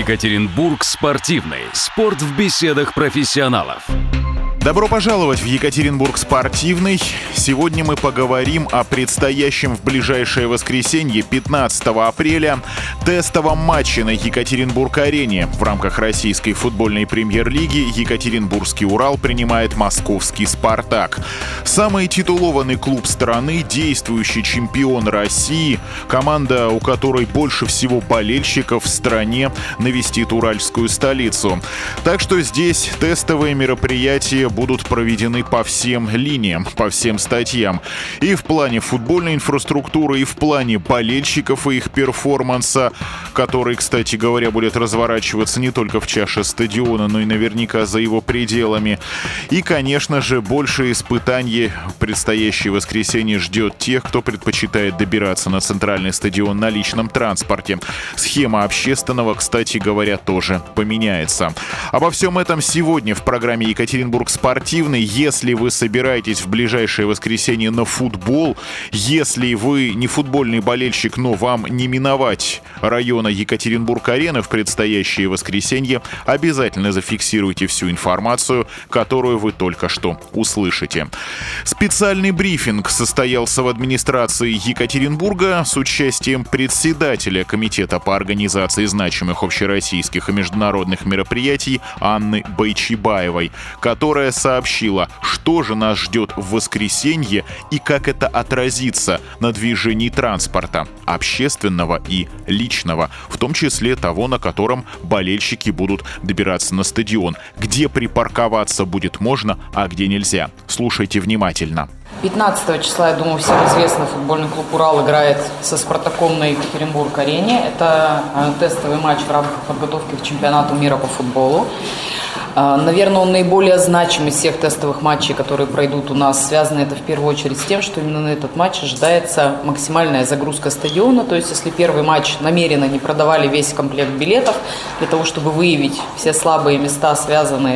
Екатеринбург спортивный. Спорт в беседах профессионалов. Добро пожаловать в Екатеринбург спортивный. Сегодня мы поговорим о предстоящем в ближайшее воскресенье, 15 апреля, тестовом матче на Екатеринбург-арене. В рамках российской футбольной премьер-лиги Екатеринбургский «Урал» принимает московский «Спартак». Самый титулованный клуб страны, действующий чемпион России, команда, у которой больше всего болельщиков в стране, навестит уральскую столицу. Так что здесь тестовые мероприятия будут проведены по всем линиям, по всем статьям. И в плане футбольной инфраструктуры, и в плане болельщиков и их перформанса, который, кстати говоря, будет разворачиваться не только в чаше стадиона, но и наверняка за его пределами. И, конечно же, больше испытаний в предстоящее воскресенье ждет тех, кто предпочитает добираться на центральный стадион на личном транспорте. Схема общественного, кстати говоря, тоже поменяется. Обо всем этом сегодня в программе «Екатеринбург спортивный». Если вы собираетесь в ближайшее воскресенье на футбол, если вы не футбольный болельщик, но вам не миновать района Екатеринбург-арены в предстоящее воскресенье, обязательно зафиксируйте всю информацию, которую вы только что услышите. Специальный брифинг состоялся в администрации Екатеринбурга с участием председателя Комитета по организации значимых общероссийских и международных мероприятий Анны Байчибаевой, которая сообщила, что же нас ждет в воскресенье и как это отразится на движении транспорта, общественного и личного, в том числе того, на котором болельщики будут добираться на стадион, где припарковаться будет можно, а где нельзя. Слушайте внимательно. 15 числа, я думаю, всем известно, футбольный клуб «Урал» играет со «Спартаком» на Екатеринбург-арене. Это тестовый матч в рамках подготовки к чемпионату мира по футболу. Наверное, он наиболее значимый из всех тестовых матчей, которые пройдут у нас. Связано это в первую очередь с тем, что именно на этот матч ожидается максимальная загрузка стадиона. То есть, если первый матч намеренно не продавали весь комплект билетов для того, чтобы выявить все слабые места, связанные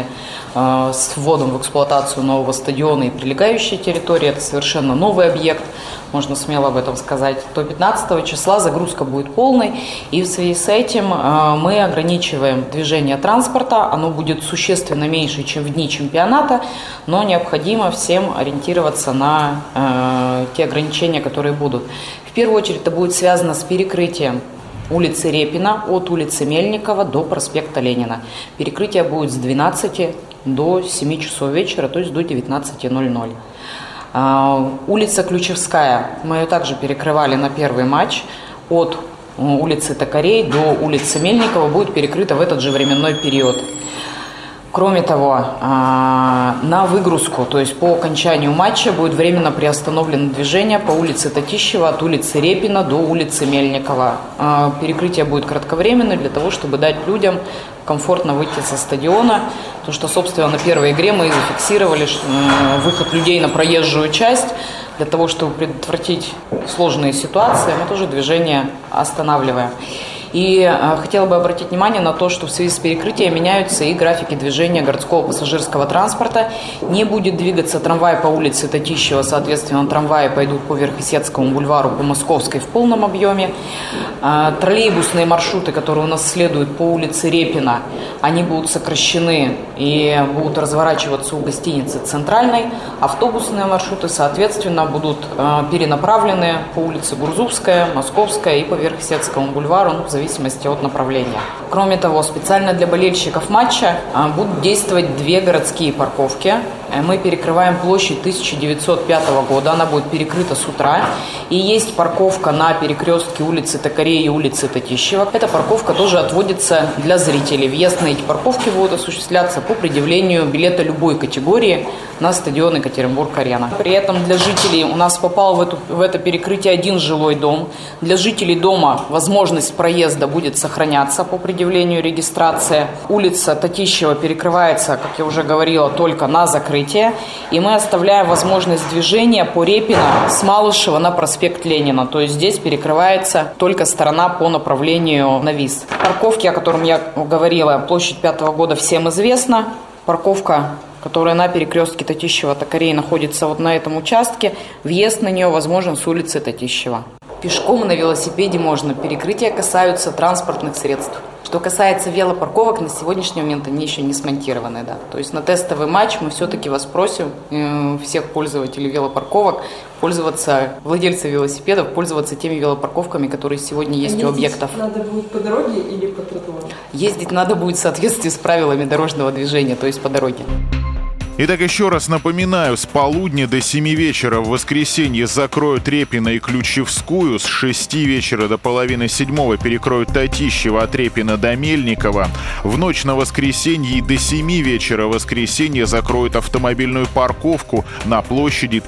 с вводом в эксплуатацию нового стадиона и прилегающей территории, это совершенно новый объект, можно смело об этом сказать, то 15 числа загрузка будет полной, и в связи с этим мы ограничиваем движение транспорта. Оно будет существенно меньше, чем в дни чемпионата, но необходимо всем ориентироваться на те ограничения, которые будут. В первую очередь это будет связано с перекрытием улицы Репина от улицы Мельникова до проспекта Ленина. Перекрытие будет с 12 до 7 часов вечера, то есть до 19:00. Улица Ключевская, мы ее также перекрывали на первый матч. От улицы Токарей до улицы Мельникова будет перекрыта в этот же временной период. Кроме того, на выгрузку, то есть по окончанию матча, будет временно приостановлено движение по улице Татищева от улицы Репина до улицы Мельникова. Перекрытие будет кратковременное для того, чтобы дать людям комфортно выйти со стадиона. То, что, собственно, на первой игре мы зафиксировали выход людей на проезжую часть. Для того, чтобы предотвратить сложные ситуации, мы тоже движение останавливаем. И хотела бы обратить внимание на то, что в связи с перекрытием меняются и графики движения городского пассажирского транспорта. Не будет двигаться трамвай по улице Татищева, соответственно, трамваи пойдут по Верхесецкому бульвару, по Московской в полном объеме. Троллейбусные маршруты, которые у нас следуют по улице Репина, они будут сокращены и будут разворачиваться у гостиницы Центральной. Автобусные маршруты, соответственно, будут перенаправлены по улице Гурзувская, Московская и по Верхесецкому бульвару, в зависимости от направления. Кроме того, специально для болельщиков матча будут действовать две городские парковки. Мы перекрываем площадь 1905 года, она будет перекрыта с утра. И есть парковка на перекрестке улицы Токарей и улицы Татищева. Эта парковка тоже отводится для зрителей. Въезд на эти парковки будет осуществляться по предъявлению билета любой категории на стадион Екатеринбург-арена. При этом для жителей у нас попал в это перекрытие один жилой дом. Для жителей дома возможность проезда будет сохраняться по предъявлению регистрации. Улица Татищева перекрывается, как я уже говорила, только на закрытие. И мы оставляем возможность движения по Репина с Малышева на проспект Ленина. То есть здесь перекрывается только сторона по направлению на ВИЗ. Парковки, о котором я говорила, площадь 5-го года всем известна. Парковка, которая на перекрестке Татищева-Токарей находится вот на этом участке, въезд на нее возможен с улицы Татищева. Пешком и на велосипеде можно. Перекрытия касаются транспортных средств. Что касается велопарковок, на сегодняшний момент они еще не смонтированы. Да. То есть на тестовый матч мы все-таки вас просим, всех пользователей велопарковок, владельцев велосипедов, пользоваться теми велопарковками, которые сегодня есть у объектов. Надо будет по дороге или по тротуару? Ездить надо будет в соответствии с правилами дорожного движения, то есть по дороге. Итак, еще раз напоминаю, с полудня до 7 вечера в воскресенье закроют Репино и Ключевскую, с 6 вечера до половины 7 перекроют Татищево от Репина до Мельникова. В ночь на воскресенье и до 7 вечера в воскресенье закроют автомобильную парковку на площади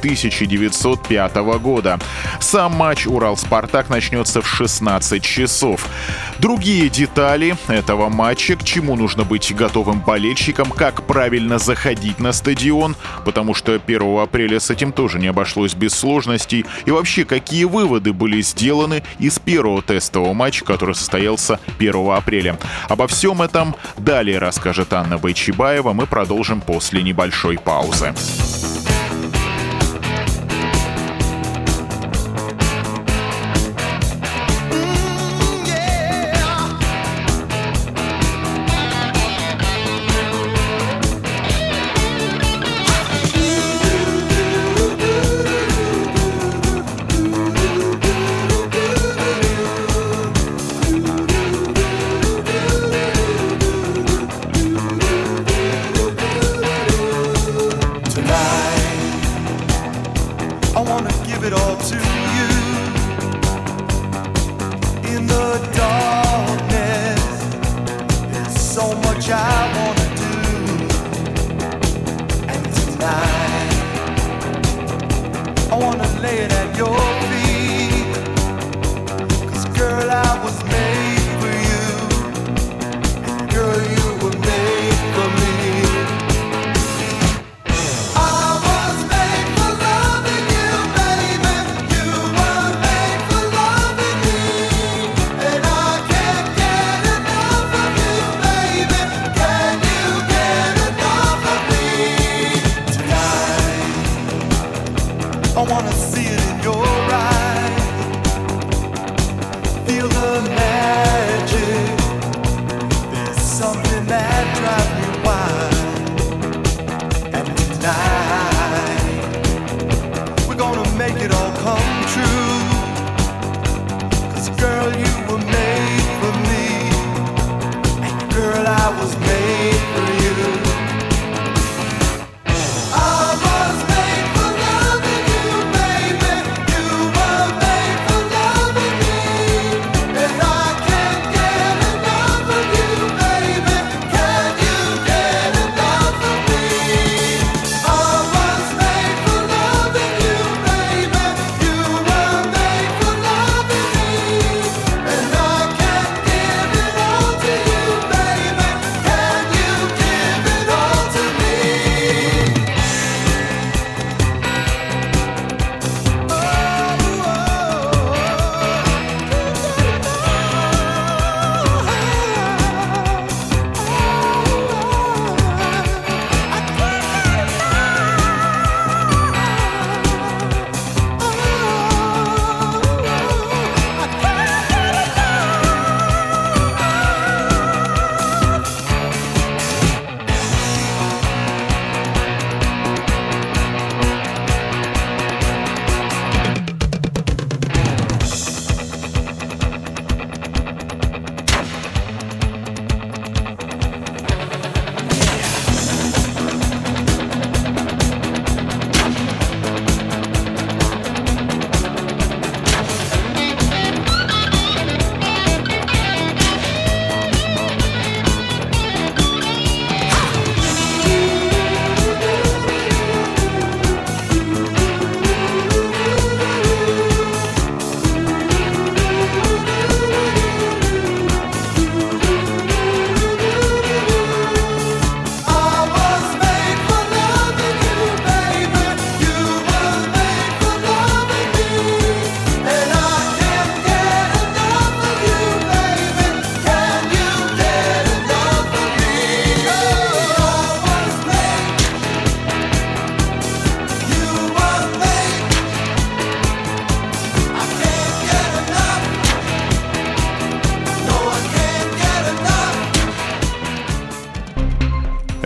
1905 года. Сам матч «Урал-Спартак» начнется в 16 часов. Другие детали этого матча, к чему нужно быть готовым болельщикам, как правильно заходить на стадион, потому что 1 апреля с этим тоже не обошлось без сложностей. И вообще, какие выводы были сделаны из первого тестового матча, который состоялся 1 апреля. Обо всем этом далее расскажет Анна Байчибаева. Мы продолжим после небольшой паузы. I was made for loving you, baby.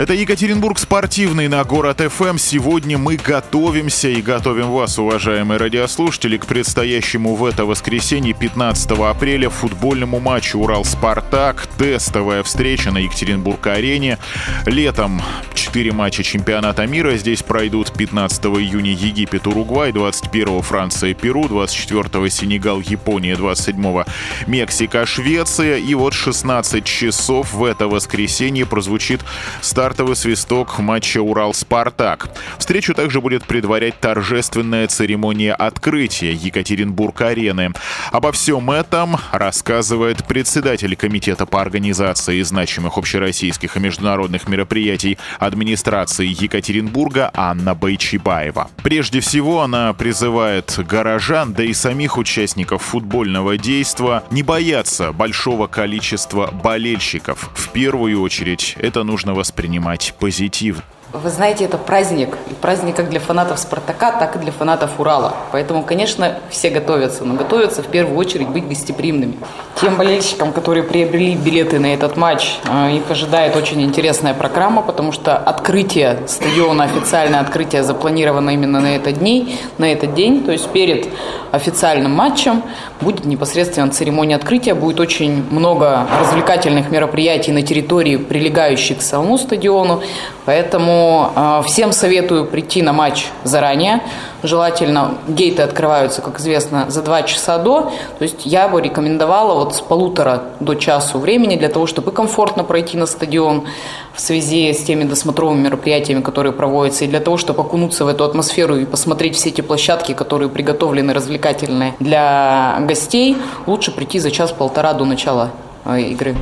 Это Екатеринбург спортивный на Город ФМ. Сегодня мы готовимся и готовим вас, уважаемые радиослушатели, к предстоящему в это воскресенье, 15 апреля, футбольному матчу «Урал-Спартак». Тестовая встреча на Екатеринбург-арене. Летом 4 матча чемпионата мира. Здесь пройдут 15 июня Египет-Уругвай, 21 Франция-Перу, 24 Сенегал-Япония, 27 Мексика-Швеция. И вот 16 часов в это воскресенье прозвучит стартовый свисток матча «Урал-Спартак». Встречу также будет предварять торжественная церемония открытия Екатеринбург-арены. Обо всем этом рассказывает председатель комитета по организации значимых общероссийских и международных мероприятий администрации Екатеринбурга Анна Байчибаева. Прежде всего, она призывает горожан, да и самих участников футбольного действа не бояться большого количества болельщиков. В первую очередь, это нужно воспринимать позитивно. Вы знаете, это праздник. И праздник как для фанатов «Спартака», так и для фанатов «Урала». Поэтому, конечно, все готовятся. Но готовятся в первую очередь быть гостеприимными. Тем болельщикам, которые приобрели билеты на этот матч, их ожидает очень интересная программа, потому что открытие стадиона, официальное открытие запланировано именно на этот день. То есть перед официальным матчем будет непосредственно церемония открытия. Будет очень много развлекательных мероприятий на территории, прилегающей к самому стадиону. Поэтому всем советую прийти на матч заранее. Желательно гейты открываются, как известно, за 2 часа до. То есть я бы рекомендовала вот с 1,5 до часу времени для того, чтобы комфортно пройти на стадион в связи с теми досмотровыми мероприятиями, которые проводятся, и для того, чтобы окунуться в эту атмосферу и посмотреть все эти площадки, которые приготовлены развлекательные для гостей, лучше прийти за 1-1,5 до начала игры.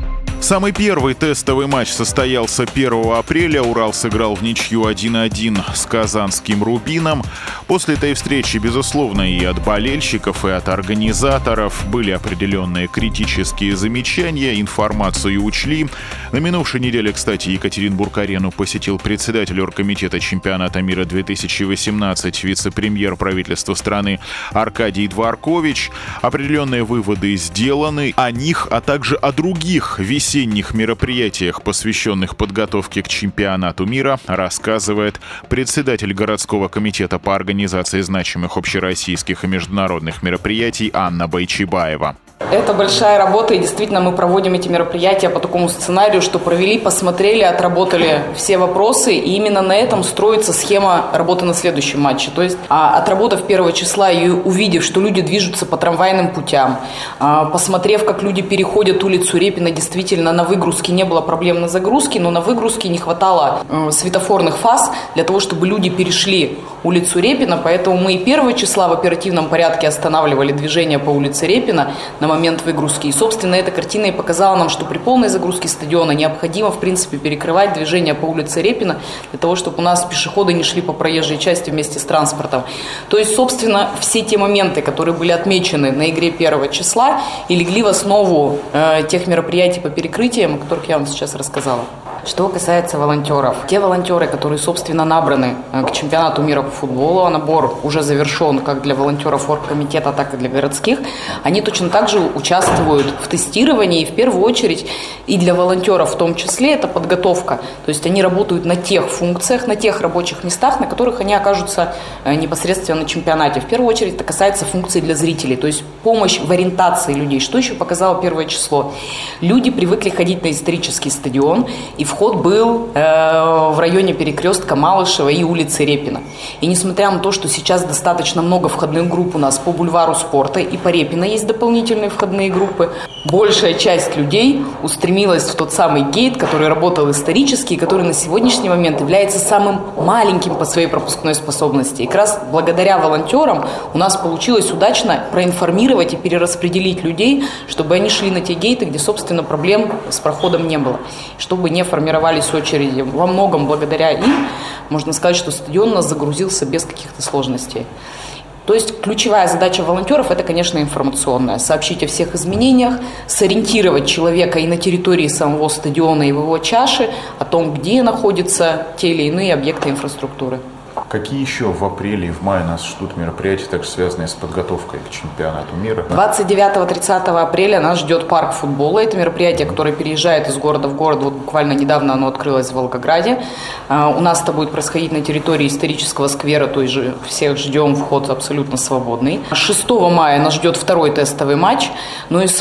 Самый первый тестовый матч состоялся 1 апреля. Урал сыграл в ничью 1-1 с казанским «Рубином». После этой встречи, безусловно, и от болельщиков, и от организаторов были определенные критические замечания, информацию учли. На минувшей неделе, кстати, Екатеринбург-арену посетил председатель оргкомитета чемпионата мира 2018, вице-премьер правительства страны Аркадий Дворкович. Определенные выводы сделаны о них, а также о других весенних мероприятиях, посвященных подготовке к чемпионату мира, рассказывает председатель городского комитета по организации значимых общероссийских и международных мероприятий Анна Байчибаева. Это большая работа, и действительно мы проводим эти мероприятия по такому сценарию, что провели, посмотрели, отработали все вопросы, и именно на этом строится схема работы на следующем матче. То есть, отработав 1 числа и увидев, что люди движутся по трамвайным путям, посмотрев, как люди переходят улицу Репина, действительно на выгрузке не было проблем на загрузке, но на выгрузке не хватало светофорных фаз для того, чтобы люди перешли улицу Репина, поэтому мы и 1 числа в оперативном порядке останавливали движение по улице Репина на момент выгрузки. И, собственно, эта картина и показала нам, что при полной загрузке стадиона необходимо, в принципе, перекрывать движение по улице Репина для того, чтобы у нас пешеходы не шли по проезжей части вместе с транспортом. То есть, собственно, все те моменты, которые были отмечены на игре 1 числа, и легли в основу тех мероприятий по перекрытиям, о которых я вам сейчас рассказала. Что касается волонтеров. Те волонтеры, которые, собственно, набраны к чемпионату мира по футболу, а набор уже завершен как для волонтеров оргкомитета, так и для городских, они точно так же участвуют в тестировании, и в первую очередь и для волонтеров в том числе это подготовка. То есть они работают на тех функциях, на тех рабочих местах, на которых они окажутся непосредственно на чемпионате. В первую очередь это касается функций для зрителей, то есть помощь в ориентации людей. Что еще показало 1 число? Люди привыкли ходить на исторический стадион, и вход был в районе перекрестка Малышева и улицы Репина. И несмотря на то, что сейчас достаточно много входных групп у нас по бульвару спорта и по Репина есть дополнительные входные группы, большая часть людей устремилась в тот самый гейт, который работал исторически и который на сегодняшний момент является самым маленьким по своей пропускной способности. И как раз благодаря волонтерам у нас получилось удачно проинформировать и перераспределить людей, чтобы они шли на те гейты, где, собственно, проблем с проходом не было, чтобы не формировались очереди. Во многом благодаря им можно сказать, что стадион у нас загрузился без каких-то сложностей. То есть ключевая задача волонтеров – это, конечно, информационная. Сообщить о всех изменениях, сориентировать человека и на территории самого стадиона, и в его чаше, о том, где находятся те или иные объекты инфраструктуры. Какие еще в апреле и в мае нас ждут мероприятия, также связанные с подготовкой к чемпионату мира? 29-30 апреля нас ждет парк футбола. Это мероприятие, которое переезжает из города в город. Вот буквально недавно оно открылось в Волгограде. У нас это будет происходить на территории исторического сквера, то есть всех ждем, вход абсолютно свободный. 6 мая нас ждет второй тестовый матч. Ну и с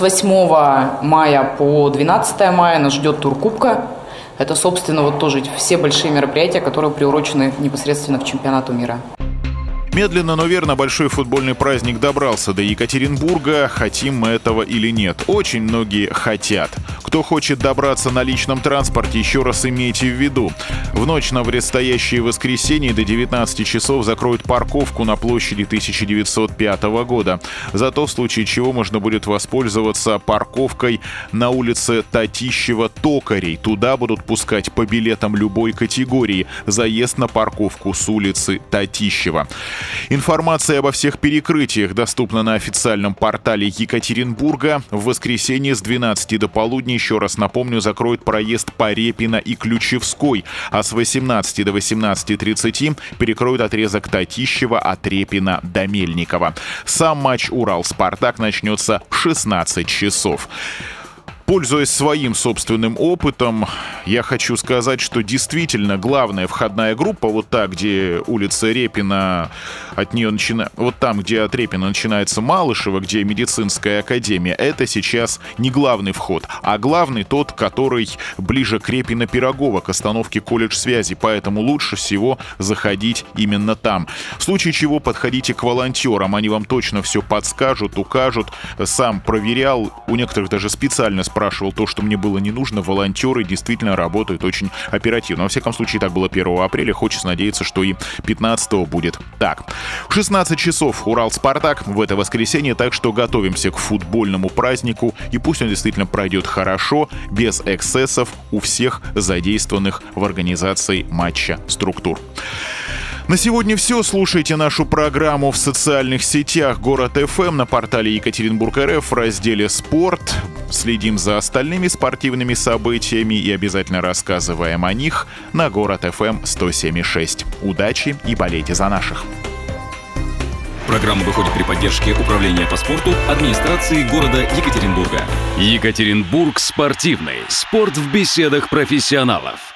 8 мая по 12 мая нас ждет тур Кубка. Это, собственно, вот тоже все большие мероприятия, которые приурочены непосредственно к чемпионату мира. Медленно, но верно, большой футбольный праздник добрался до Екатеринбурга, хотим мы этого или нет. Очень многие хотят. Кто хочет добраться на личном транспорте, еще раз имейте в виду. В ночь на предстоящее воскресенье до 19 часов закроют парковку на площади 1905 года. Зато в случае чего можно будет воспользоваться парковкой на улице Татищева-Токарей. Туда будут пускать по билетам любой категории. Заезд на парковку с улицы Татищева. Информация обо всех перекрытиях доступна на официальном портале Екатеринбурга. В воскресенье с 12 до полудня, еще раз напомню, закроют проезд по Репино и Ключевской, а с 18 до 18:30 перекроют отрезок Татищева от Репина до Мельникова. Сам матч «Урал-Спартак» начнется в 16 часов. Пользуясь своим собственным опытом, я хочу сказать, что действительно главная входная группа, вот та, где улица Репина, от нее вот там, где от Репина начинается Малышево, где медицинская академия, это сейчас не главный вход, а главный тот, который ближе к Репино-Пирогова, к остановке колледж связи, поэтому лучше всего заходить именно там. В случае чего подходите к волонтерам, они вам точно все подскажут, укажут. Сам проверял, у некоторых даже специально спрашивал то, что мне было не нужно. Волонтеры действительно работают очень оперативно. Во всяком случае, так было 1 апреля. Хочется надеяться, что и 15 будет так. В 16 часов «Урал-Спартак» в это воскресенье, так что готовимся к футбольному празднику. И пусть он действительно пройдет хорошо, без эксцессов у всех задействованных в организации матча структур. На сегодня все. Слушайте нашу программу в социальных сетях Город ФМ, на портале Екатеринбург.РФ в разделе «Спорт». Следим за остальными спортивными событиями и обязательно рассказываем о них на Город ФМ 107,6. Удачи и болейте за наших. Программа выходит при поддержке Управления по спорту администрации города Екатеринбурга. Екатеринбург спортивный. Спорт в беседах профессионалов.